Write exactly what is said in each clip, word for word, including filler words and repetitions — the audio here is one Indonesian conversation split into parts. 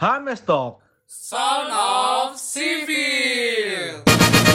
Hamestok, Sound of Civil.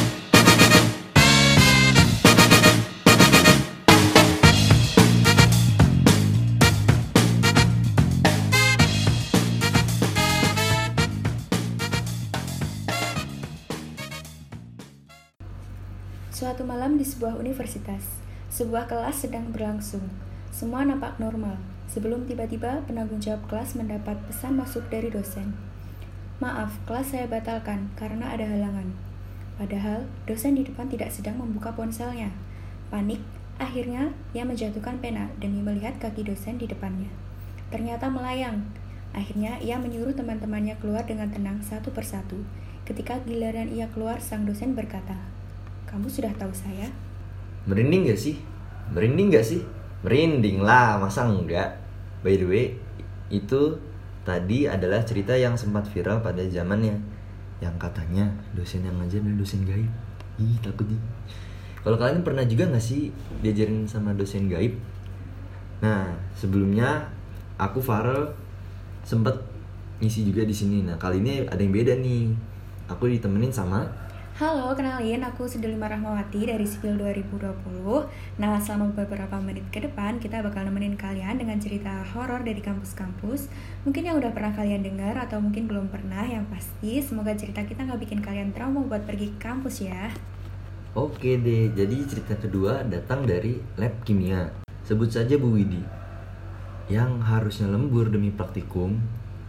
Suatu malam di sebuah universitas, sebuah kelas sedang berlangsung. Semua nampak normal, sebelum tiba-tiba penanggung jawab kelas mendapat pesan masuk dari dosen. Maaf, kelas saya batalkan karena ada halangan. Padahal, dosen di depan tidak sedang membuka ponselnya. Panik, akhirnya ia menjatuhkan pena demi melihat kaki dosen di depannya. Ternyata melayang. Akhirnya ia menyuruh teman-temannya keluar dengan tenang satu persatu. Ketika giliran ia keluar, sang dosen berkata, "Kamu sudah tahu saya?" Merinding gak sih? Merinding gak sih? Merinding lah, masa enggak? By the way, itu tadi adalah cerita yang sempat viral pada zamannya, yang katanya dosen yang ngajar dan dosen gaib. Ih, takut nih. Kalau kalian pernah juga gak sih diajarin sama dosen gaib? Nah, sebelumnya aku Farel sempat ngisi juga di sini. Nah, kali ini ada yang beda nih. Aku ditemenin sama Halo, kenalin, aku Sedelima Rahmawati dari Sipil dua ribu dua puluh. Nah, selama beberapa menit ke depan, kita bakal nemenin kalian dengan cerita horor dari kampus-kampus. Mungkin yang udah pernah kalian dengar, atau mungkin belum pernah. Yang pasti, semoga cerita kita gak bikin kalian trauma buat pergi ke kampus ya. Oke deh, jadi cerita kedua datang dari lab kimia. Sebut saja Bu Widi, yang harusnya lembur demi praktikum,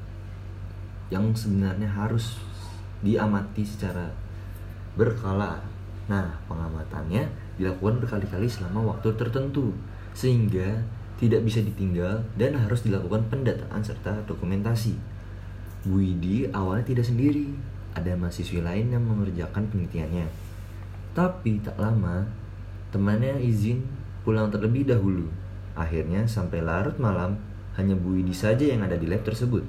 yang sebenarnya harus diamati secara berkala. Nah, pengamatannya dilakukan berkali-kali selama waktu tertentu, sehingga tidak bisa ditinggal dan harus dilakukan pendataan serta dokumentasi. Bu Widi awalnya tidak sendiri, ada mahasiswi lain yang mengerjakan penelitiannya. Tapi tak lama, temannya izin pulang terlebih dahulu. Akhirnya sampai larut malam, hanya Bu Widi saja yang ada di lab tersebut.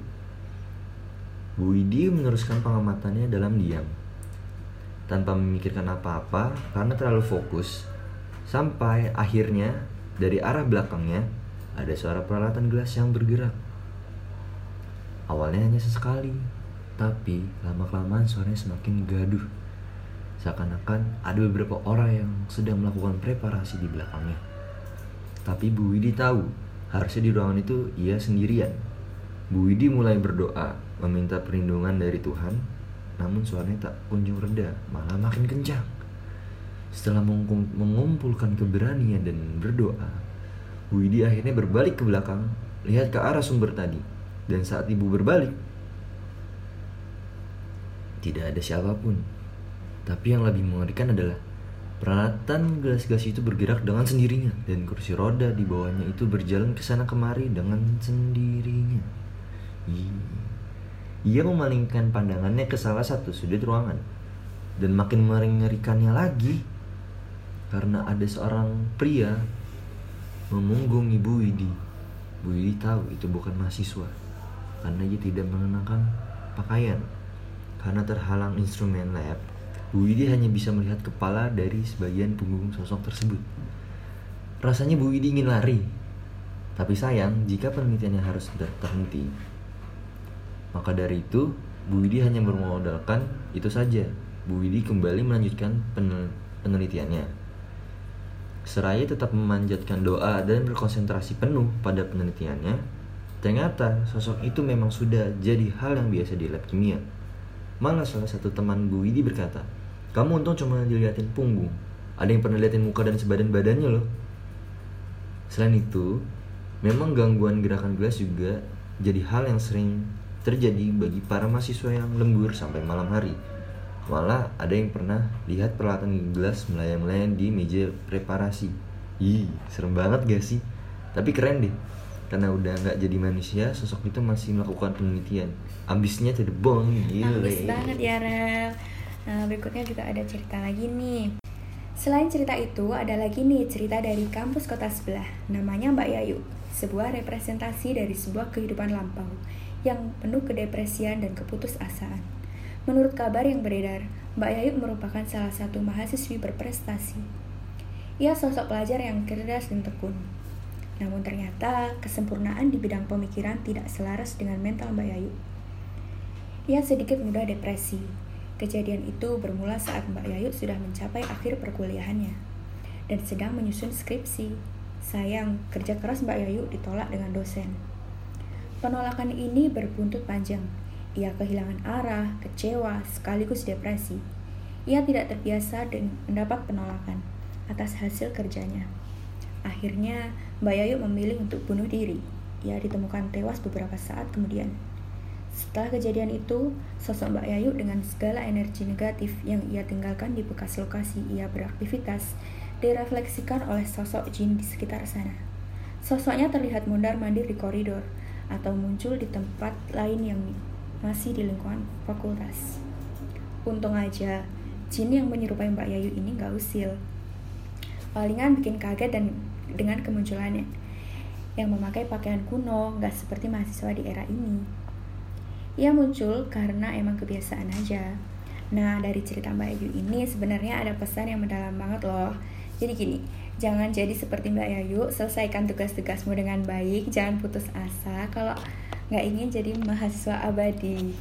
Bu Widi meneruskan pengamatannya dalam diam, tanpa memikirkan apa-apa karena terlalu fokus. Sampai akhirnya dari arah belakangnya ada suara peralatan gelas yang bergerak. Awalnya hanya sesekali, tapi lama-kelamaan suaranya semakin gaduh. Seakan-akan ada beberapa orang yang sedang melakukan preparasi di belakangnya. Tapi Bu Widi tahu, harusnya di ruangan itu ia sendirian. Bu Widi mulai berdoa, meminta perlindungan dari Tuhan. Namun suaranya tak kunjung reda, malah makin kencang. Setelah mengumpulkan keberanian dan berdoa, Bu Widi akhirnya berbalik ke belakang, lihat ke arah sumber tadi. Dan saat ibu berbalik, tidak ada siapapun. Tapi yang lebih mengerikan adalah peralatan gelas-gelas itu bergerak dengan sendirinya, dan kursi roda di bawahnya itu berjalan ke sana kemari dengan sendirinya. Ih. Ia memalingkan pandangannya ke salah satu sudut ruangan, dan makin mengerikannya lagi karena ada seorang pria memunggungi Bu Widi. Bu Widi tahu itu bukan mahasiswa karena ia tidak mengenakan pakaian. Karena terhalang instrumen lab, Bu Widi hanya bisa melihat kepala dari sebagian punggung sosok tersebut. Rasanya Bu Widi ingin lari, tapi sayang jika penelitiannya harus terhenti. Maka dari itu, Bu Widi hanya bermodalkan itu saja. Bu Widi kembali melanjutkan penelitiannya. Seraya tetap memanjatkan doa dan berkonsentrasi penuh pada penelitiannya, ternyata sosok itu memang sudah jadi hal yang biasa di lab kimia. Malah salah satu teman Bu Widi berkata, "Kamu untung cuma dilihatin punggung, ada yang pernah liatin muka dan sebadan badannya loh." Selain itu, memang gangguan gerakan gelas juga jadi hal yang sering terjadi bagi para mahasiswa yang lembur sampai malam hari. Malah ada yang pernah lihat peralatan gelas melayang-layang di meja preparasi. Ih, serem banget gak sih? Tapi keren deh, karena udah gak jadi manusia, sosok itu masih melakukan penelitian. Ambisnya to the bone. Ambis banget ya, Rel. Nah, berikutnya juga ada cerita lagi nih. Selain cerita itu, ada lagi nih cerita dari kampus kota sebelah. Namanya Mbak Yayu, sebuah representasi dari sebuah kehidupan lampau yang penuh kedepresian dan keputusasaan. Menurut kabar yang beredar, Mbak Yayu merupakan salah satu mahasiswi berprestasi. Ia sosok pelajar yang cerdas dan tekun. Namun ternyata kesempurnaan di bidang pemikiran tidak selaras dengan mental Mbak Yayu. Ia sedikit mudah depresi. Kejadian itu bermula saat Mbak Yayu sudah mencapai akhir perkuliahannya dan sedang menyusun skripsi. Sayang, kerja keras Mbak Yayu ditolak dengan dosen. Penolakan ini berbuntut panjang. Ia kehilangan arah, kecewa, sekaligus depresi. Ia tidak terbiasa dengan mendapat penolakan atas hasil kerjanya. Akhirnya, Mbak Yayu memilih untuk bunuh diri. Ia ditemukan tewas beberapa saat kemudian. Setelah kejadian itu, sosok Mbak Yayu dengan segala energi negatif yang ia tinggalkan di bekas lokasi ia beraktivitas direfleksikan oleh sosok jin di sekitar sana. Sosoknya terlihat mondar-mandir di koridor atau muncul di tempat lain yang masih di lingkungan fakultas. Untung aja, jin yang menyerupai Mbak Yayu ini gak usil. Palingan bikin kaget dan dengan kemunculannya, yang memakai pakaian kuno, gak seperti mahasiswa di era ini. Ia muncul karena emang kebiasaan aja. Nah, dari cerita Mbak Yayu ini sebenarnya ada pesan yang mendalam banget loh. Jadi gini, jangan jadi seperti Mbak Yayu, selesaikan tugas-tugasmu dengan baik, jangan putus asa kalau nggak ingin jadi mahasiswa abadi.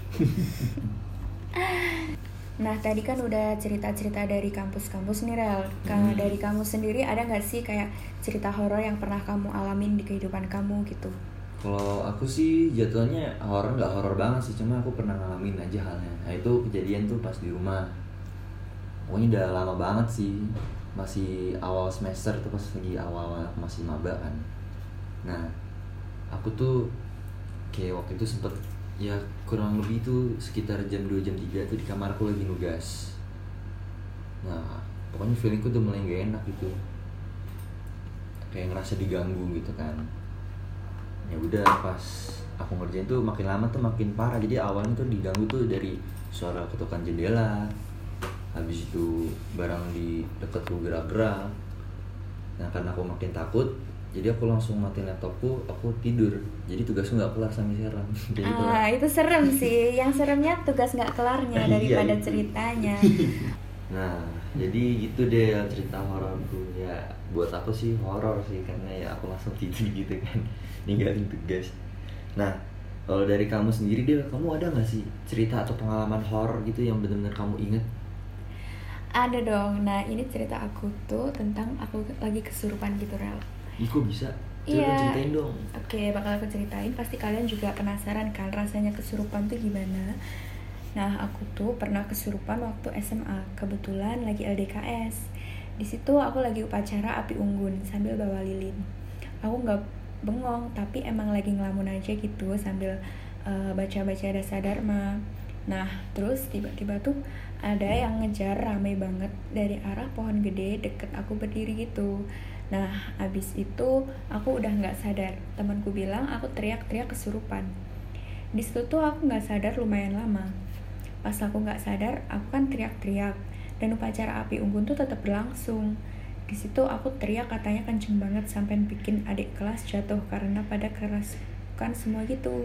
Nah, tadi kan udah cerita-cerita dari kampus-kampus nih, Rel. Kalau Hmm. dari kamu sendiri ada nggak sih kayak cerita horor yang pernah kamu alamin di kehidupan kamu gitu? Kalau aku sih jatuhnya horor nggak horor banget sih, cuma aku pernah ngalamin aja halnya. Nah itu kejadian tuh pas di rumah. Pokoknya udah lama banget sih, masih awal semester tuh pas lagi awal aku masih maba kan. Nah aku tuh kayak waktu itu sempet ya kurang lebih tuh sekitar jam dua jam tiga tuh di kamar aku lagi nugas. Nah pokoknya feelingku tuh mulai gak enak gitu, kayak ngerasa diganggu gitu kan. Ya udah pas aku ngerjain tuh makin lama tuh makin parah. Jadi awalnya tuh diganggu tuh dari suara ketukan jendela, habis itu barang di dekat tuh gerak-gerak. Nah karena aku makin takut, jadi aku langsung matiin laptopku, aku tidur. Jadi tugasku nggak kelar sampai sekarang. Jadi Ah, kelar. itu serem sih. Yang seremnya tugas nggak kelarnya Iya, daripada itu. ceritanya. Nah jadi gitu deh cerita hororku. Ya buat aku sih horor sih, karena ya aku langsung tidur gitu kan, ninggalin tugas. Nah kalau dari kamu sendiri deh, kamu ada nggak sih cerita atau pengalaman horor gitu yang benar-benar kamu inget? Ada dong. Nah, ini cerita aku tuh tentang aku lagi kesurupan gitu, Rel. Ih kok bisa? Coba Iya. ceritain dong. Oke, bakal aku ceritain. Pasti kalian juga penasaran kan rasanya kesurupan tuh gimana. Nah, aku tuh pernah kesurupan waktu S M A. Kebetulan lagi L D K S. Di situ aku lagi upacara api unggun sambil bawa lilin. Aku nggak bengong, tapi emang lagi ngelamun aja gitu sambil uh, baca-baca dasa dharma. Nah, terus tiba-tiba tuh ada yang ngejar rame banget dari arah pohon gede deket aku berdiri gitu. Nah, abis itu aku udah nggak sadar. Temanku bilang aku teriak-teriak kesurupan. Di situ tuh aku nggak sadar lumayan lama. Pas aku nggak sadar, aku kan teriak-teriak dan upacara api unggun tuh tetap berlangsung. Di situ aku teriak katanya kenceng banget sampai bikin adik kelas jatuh karena pada keraskan semua gitu.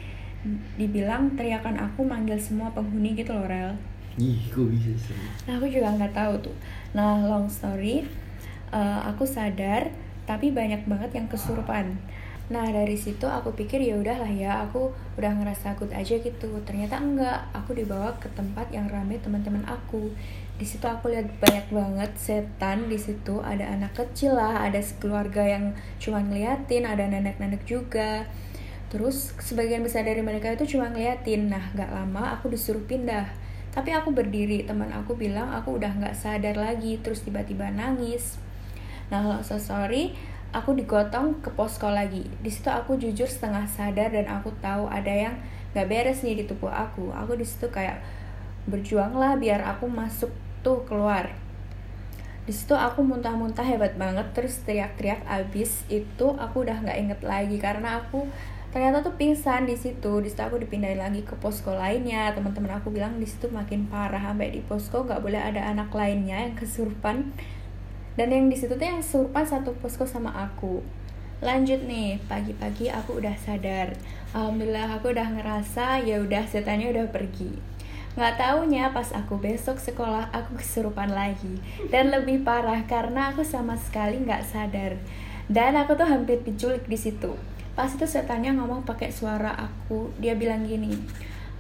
Dibilang teriakan aku manggil semua penghuni gitu loh, Rel. Ih kok bisa sih? Nah, aku juga nggak tahu tuh. Nah, long story, uh, aku sadar tapi banyak banget yang kesurupan. Nah, dari situ aku pikir ya udahlah ya, aku udah ngerasa good aja gitu. Ternyata enggak, aku dibawa ke tempat yang ramai teman-teman aku. Di situ aku lihat banyak banget setan. Di situ ada anak kecil lah, ada sekeluarga yang cuma ngeliatin, ada nenek-nenek juga. Terus sebagian besar dari mereka itu cuma ngeliatin. Nah, gak lama aku disuruh pindah. Tapi aku berdiri, teman aku bilang aku udah gak sadar lagi. Terus tiba-tiba nangis. Nah, long so sorry, aku digotong ke posko lagi. Di situ aku jujur setengah sadar dan aku tahu ada yang gak beres nih di tubuh aku. Aku di situ kayak berjuang lah biar aku masuk tuh keluar. Di situ aku muntah-muntah hebat banget, terus teriak-teriak. Abis itu aku udah nggak inget lagi karena aku ternyata tuh pingsan di situ. Di situ aku dipindahin lagi ke posko lainnya. Teman-teman aku bilang di situ makin parah, sampai di posko nggak boleh ada anak lainnya yang kesurupan. Dan yang di situ tuh yang kesurupan satu posko sama aku. Lanjut nih, pagi-pagi aku udah sadar. Alhamdulillah aku udah ngerasa ya udah setannya udah pergi. Nggak taunya pas aku besok sekolah aku kesurupan lagi. Dan lebih parah karena aku sama sekali nggak sadar. Dan aku tuh hampir diculik di situ. Pas itu setannya ngomong pakai suara aku. Dia bilang gini,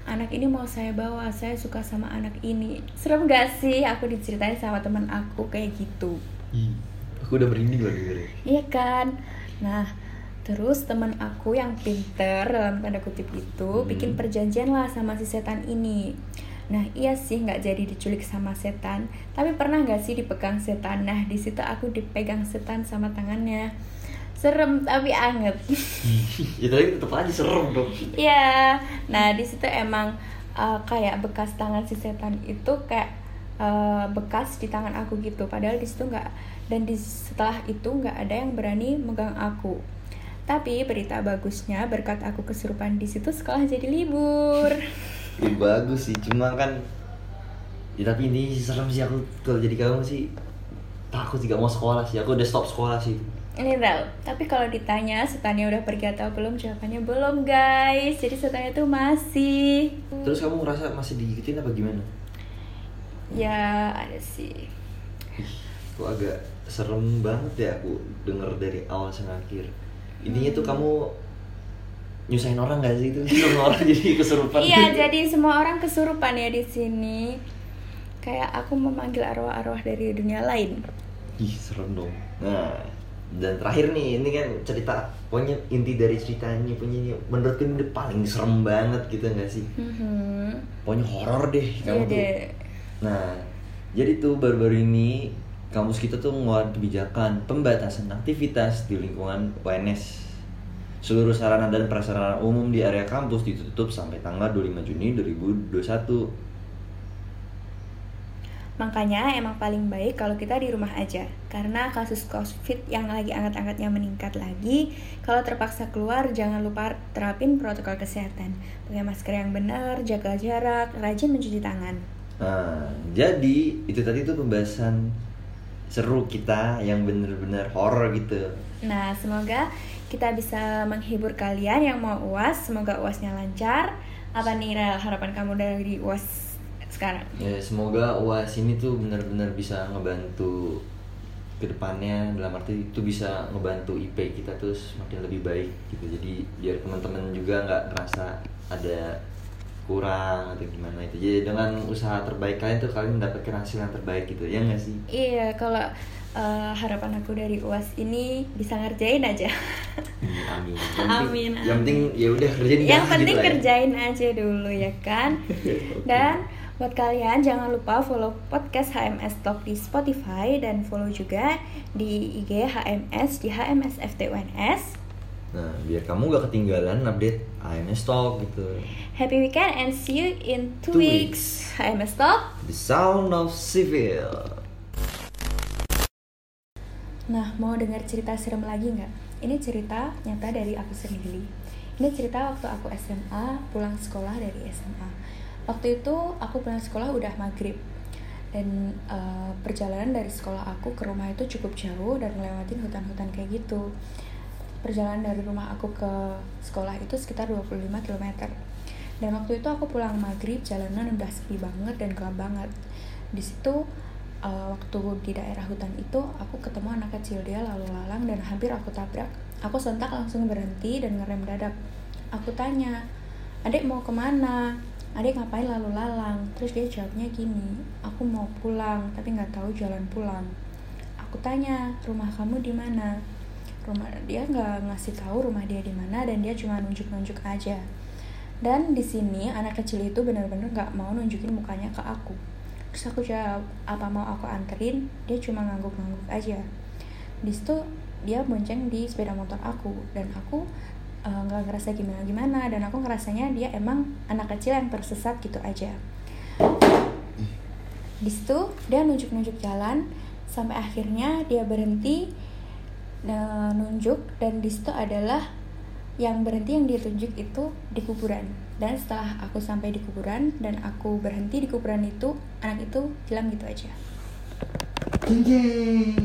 anak ini mau saya bawa, saya suka sama anak ini. Serem gak sih aku diceritain sama teman aku kayak gitu? Ih, aku udah merinding loh dengerin. Iya kan. Nah terus teman aku yang pinter dalam tanda kutip itu Hmm. bikin perjanjian lah sama si setan ini. Nah iya sih nggak jadi diculik sama setan, tapi pernah nggak sih dipegang setan? Nah di situ aku dipegang setan sama tangannya. Serem tapi anget. Ya tapi tetap aja serem dong. Iya. Nah di situ emang uh, kayak bekas tangan si setan itu kayak uh, bekas di tangan aku gitu. Padahal di situ nggak, dan di setelah itu nggak ada yang berani megang aku. Tapi berita bagusnya berkat aku kesurupan di situ sekolah jadi libur. Ya, bagus sih, cuma kan ya tapi ini serem sih. Aku kalau jadi kamu sih takut juga mau sekolah sih. Aku udah stop sekolah sih. Ini real. Tapi kalau ditanya setannya udah pergi atau belum, jawabannya belum guys. Jadi setannya tuh masih. Terus kamu ngerasa masih diikutin apa gimana? Ya ada sih. Ih, kok agak serem banget ya aku denger dari awal sampai akhir. Intinya tuh kamu nyusahin orang gak sih itu? Semua orang jadi kesurupan. Iya, jadi semua orang kesurupan ya di sini. Kayak aku memanggil arwah-arwah dari dunia lain. Ih, serem dong. Nah, dan terakhir nih, ini kan cerita, pokoknya inti dari cerita ini punya ini, menurutku ini paling serem banget gitu gak sih? Mm-hmm. Pokoknya horor deh kamu Iya tuh. deh. Nah, jadi tuh baru-baru ini kampus kita tuh ngeluarin kebijakan pembatasan aktivitas di lingkungan U N S. Seluruh sarana dan prasarana umum di area kampus ditutup sampai tanggal dua puluh lima Juni dua ribu dua puluh satu. Makanya emang paling baik kalau kita di rumah aja. Karena kasus COVID yang lagi angkat-angkatnya meningkat lagi. Kalau terpaksa keluar, jangan lupa terapin protokol kesehatan. Pakai masker yang benar, jaga jarak, rajin mencuci tangan. Nah, jadi itu tadi tuh pembahasan seru kita yang bener-bener horor gitu. Nah, semoga kita bisa menghibur kalian yang mau U A S. Semoga U A S-nya lancar. Apa nih Rel, harapan kamu dari U A S sekarang? Ya, semoga U A S ini tuh benar-benar bisa ngebantu ke depannya, dalam arti itu bisa ngebantu I P kita tuh semakin lebih baik gitu. Jadi biar teman-teman juga nggak ngerasa ada kurang atau gimana itu. Jadi dengan usaha terbaik kalian tuh kalian mendapatkan hasil yang terbaik gitu. Ya nggak sih? Iya, kalau uh, harapan aku dari U A S ini bisa ngerjain aja. Amin. Yang penting, Amin, Yang penting ya udah kerjain Yang dah, penting gitu lah ya. kerjain aja dulu ya kan. Dan buat kalian jangan lupa follow podcast H M S Talk di Spotify dan follow juga di I G H M S di H M S F T U N S. Nah, biar kamu gak ketinggalan update H M S Talk gitu. Happy weekend and see you in two, Two weeks. H M S Talk. The Sound of Civil. Nah, mau dengar cerita serem lagi nggak? Ini cerita nyata dari aku sendiri. Ini cerita waktu aku S M A, pulang sekolah dari S M A. Waktu itu aku pulang sekolah udah maghrib. Dan uh, perjalanan dari sekolah aku ke rumah itu cukup jauh dan ngelewatin hutan-hutan kayak gitu. Perjalanan dari rumah aku ke sekolah itu sekitar dua puluh lima kilometer. Dan waktu itu aku pulang maghrib, jalanan udah sepi banget dan gelap banget. Di situ uh, waktu di daerah hutan itu aku ketemu anak kecil, dia lalu lalang dan hampir aku tabrak. Aku sontak langsung berhenti dan ngerem dadak. Aku tanya, "Adek mau kemana? Adek ngapain lalu lalang?" Terus dia jawabnya gini, "Aku mau pulang tapi nggak tahu jalan pulang." Aku tanya, "Rumah kamu di mana?" Rumah dia nggak ngasih tahu rumah dia di mana dan dia cuma nunjuk-nunjuk aja. Dan di sini anak kecil itu benar-benar nggak mau nunjukin mukanya ke aku. Terus aku jawab, "Apa mau aku anterin?" Dia cuma ngangguk-ngangguk aja. Di situ dia bonceng di sepeda motor aku dan aku nggak uh, ngerasa gimana-gimana, dan aku ngerasanya dia emang anak kecil yang tersesat gitu aja. Di situ dia nunjuk-nunjuk jalan sampai akhirnya dia berhenti uh, nunjuk, dan di situ adalah yang berhenti yang dia tunjuk itu di kuburan. Dan setelah aku sampai di kuburan dan aku berhenti di kuburan itu, anak itu hilang gitu aja.